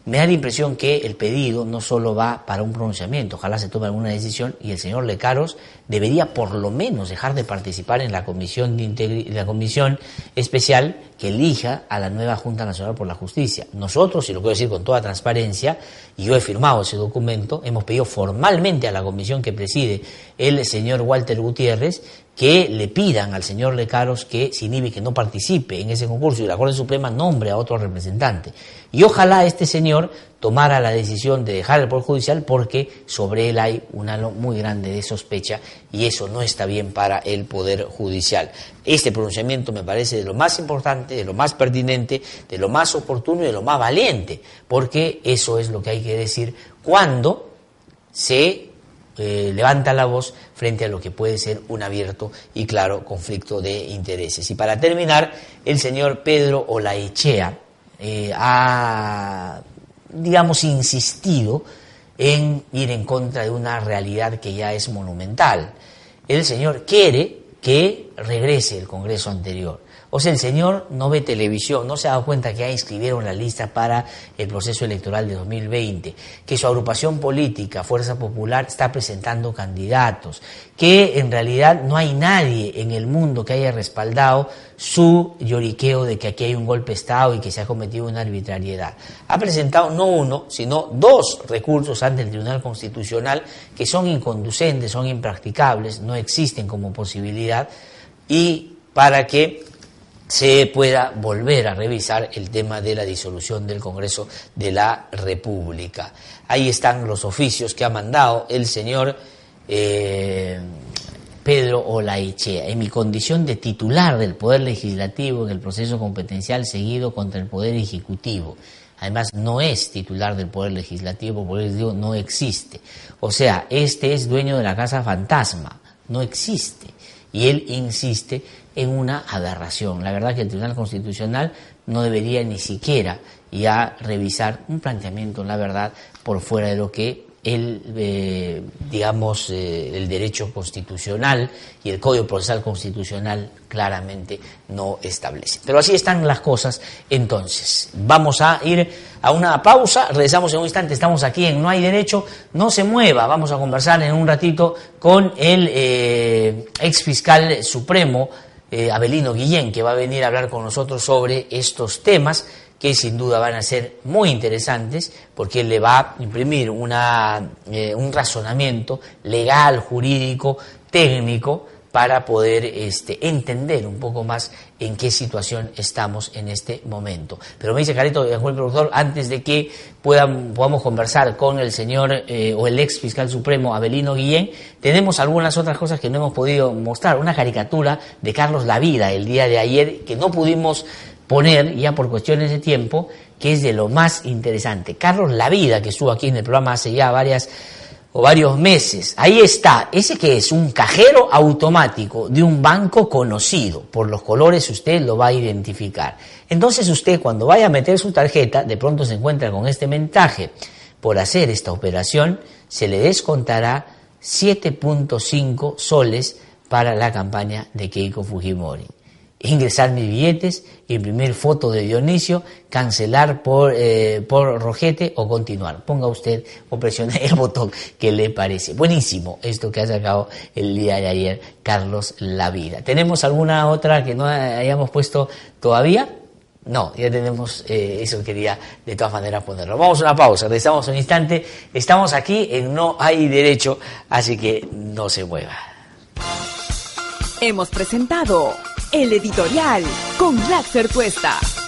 [SPEAKER 2] me da la impresión que el pedido no solo va para un pronunciamiento, ojalá se tome alguna decisión y el señor Lecaros debería por lo menos dejar de participar en la comisión, de integri- la comisión especial que elija a la nueva Junta Nacional por la Justicia. Nosotros, y lo quiero decir con toda transparencia, y yo he firmado ese documento, hemos pedido formalmente a la comisión que preside el señor Walter Gutiérrez que le pidan al señor Lecaros que se inhibe, que no participe en ese concurso y la Corte Suprema nombre a otro representante. Y ojalá este señor tomara la decisión de dejar el Poder Judicial porque sobre él hay un halo muy grande de sospecha y eso no está bien para el Poder Judicial. Este pronunciamiento me parece de lo más importante, de lo más pertinente, de lo más oportuno y de lo más valiente, porque eso es lo que hay que decir cuando se Eh, levanta la voz frente a lo que puede ser un abierto y claro conflicto de intereses. Y para terminar, el señor Pedro Olaechea eh, ha, digamos, insistido en ir en contra de una realidad que ya es monumental. El señor quiere que regrese el Congreso anterior. O sea, el señor no ve televisión, no se ha dado cuenta que ya inscribieron la lista para el proceso electoral de dos mil veinte, que su agrupación política, Fuerza Popular, está presentando candidatos, que en realidad no hay nadie en el mundo que haya respaldado su lloriqueo de que aquí hay un golpe de Estado y que se ha cometido una arbitrariedad. Ha presentado no uno, sino dos recursos ante el Tribunal Constitucional que son inconducentes, son impracticables, no existen como posibilidad, y para que se pueda volver a revisar el tema de la disolución del Congreso de la República. Ahí están los oficios que ha mandado el señor eh, Pedro Olaechea. En mi condición de titular del Poder Legislativo en el proceso competencial seguido contra el Poder Ejecutivo. Además, no es titular del Poder Legislativo, porque les digo, no existe. O sea, este es dueño de la casa fantasma, no existe. Y él insiste en una aberración. La verdad que el Tribunal Constitucional no debería ni siquiera ya revisar un planteamiento, la verdad, por fuera de lo que el, eh, digamos, eh, el derecho constitucional y el Código Procesal Constitucional claramente no establece. Pero así están las cosas. Entonces, vamos a ir a una pausa, regresamos en un instante, estamos aquí en No Hay Derecho, no se mueva, vamos a conversar en un ratito con el eh, ex fiscal supremo, eh, Avelino Guillén, que va a venir a hablar con nosotros sobre estos temas, que sin duda van a ser muy interesantes, porque él le va a imprimir una, eh, un razonamiento legal, jurídico, técnico, para poder este, entender un poco más en qué situación estamos en este momento. Pero me dice Carito, el productor, antes de que puedan, podamos conversar con el señor eh, o el ex fiscal supremo Avelino Guillén, tenemos algunas otras cosas que no hemos podido mostrar. Una caricatura de Carlos Lavida el día de ayer que no pudimos poner ya por cuestiones de tiempo, que es de lo más interesante. Carlos Lavida, que estuvo aquí en el programa hace ya varias o varios meses, ahí está, ese que es un cajero automático de un banco conocido, por los colores usted lo va a identificar. Entonces usted cuando vaya a meter su tarjeta, de pronto se encuentra con este mensaje: por hacer esta operación se le descontará siete punto cinco soles para la campaña de Keiko Fujimori. Ingresar mis billetes, imprimir foto de Dionisio, cancelar por, eh, por Rojete o continuar. Ponga usted o presione el botón que le parece. Buenísimo esto que ha sacado el día de ayer Carlos Lavida. ¿Tenemos alguna otra que no hayamos puesto todavía? No, ya tenemos, eh, eso quería de todas maneras ponerlo. Vamos a una pausa, regresamos un instante. Estamos aquí en No Hay Derecho, así que no se mueva.
[SPEAKER 1] Hemos presentado El Editorial con Laxer Tuesta.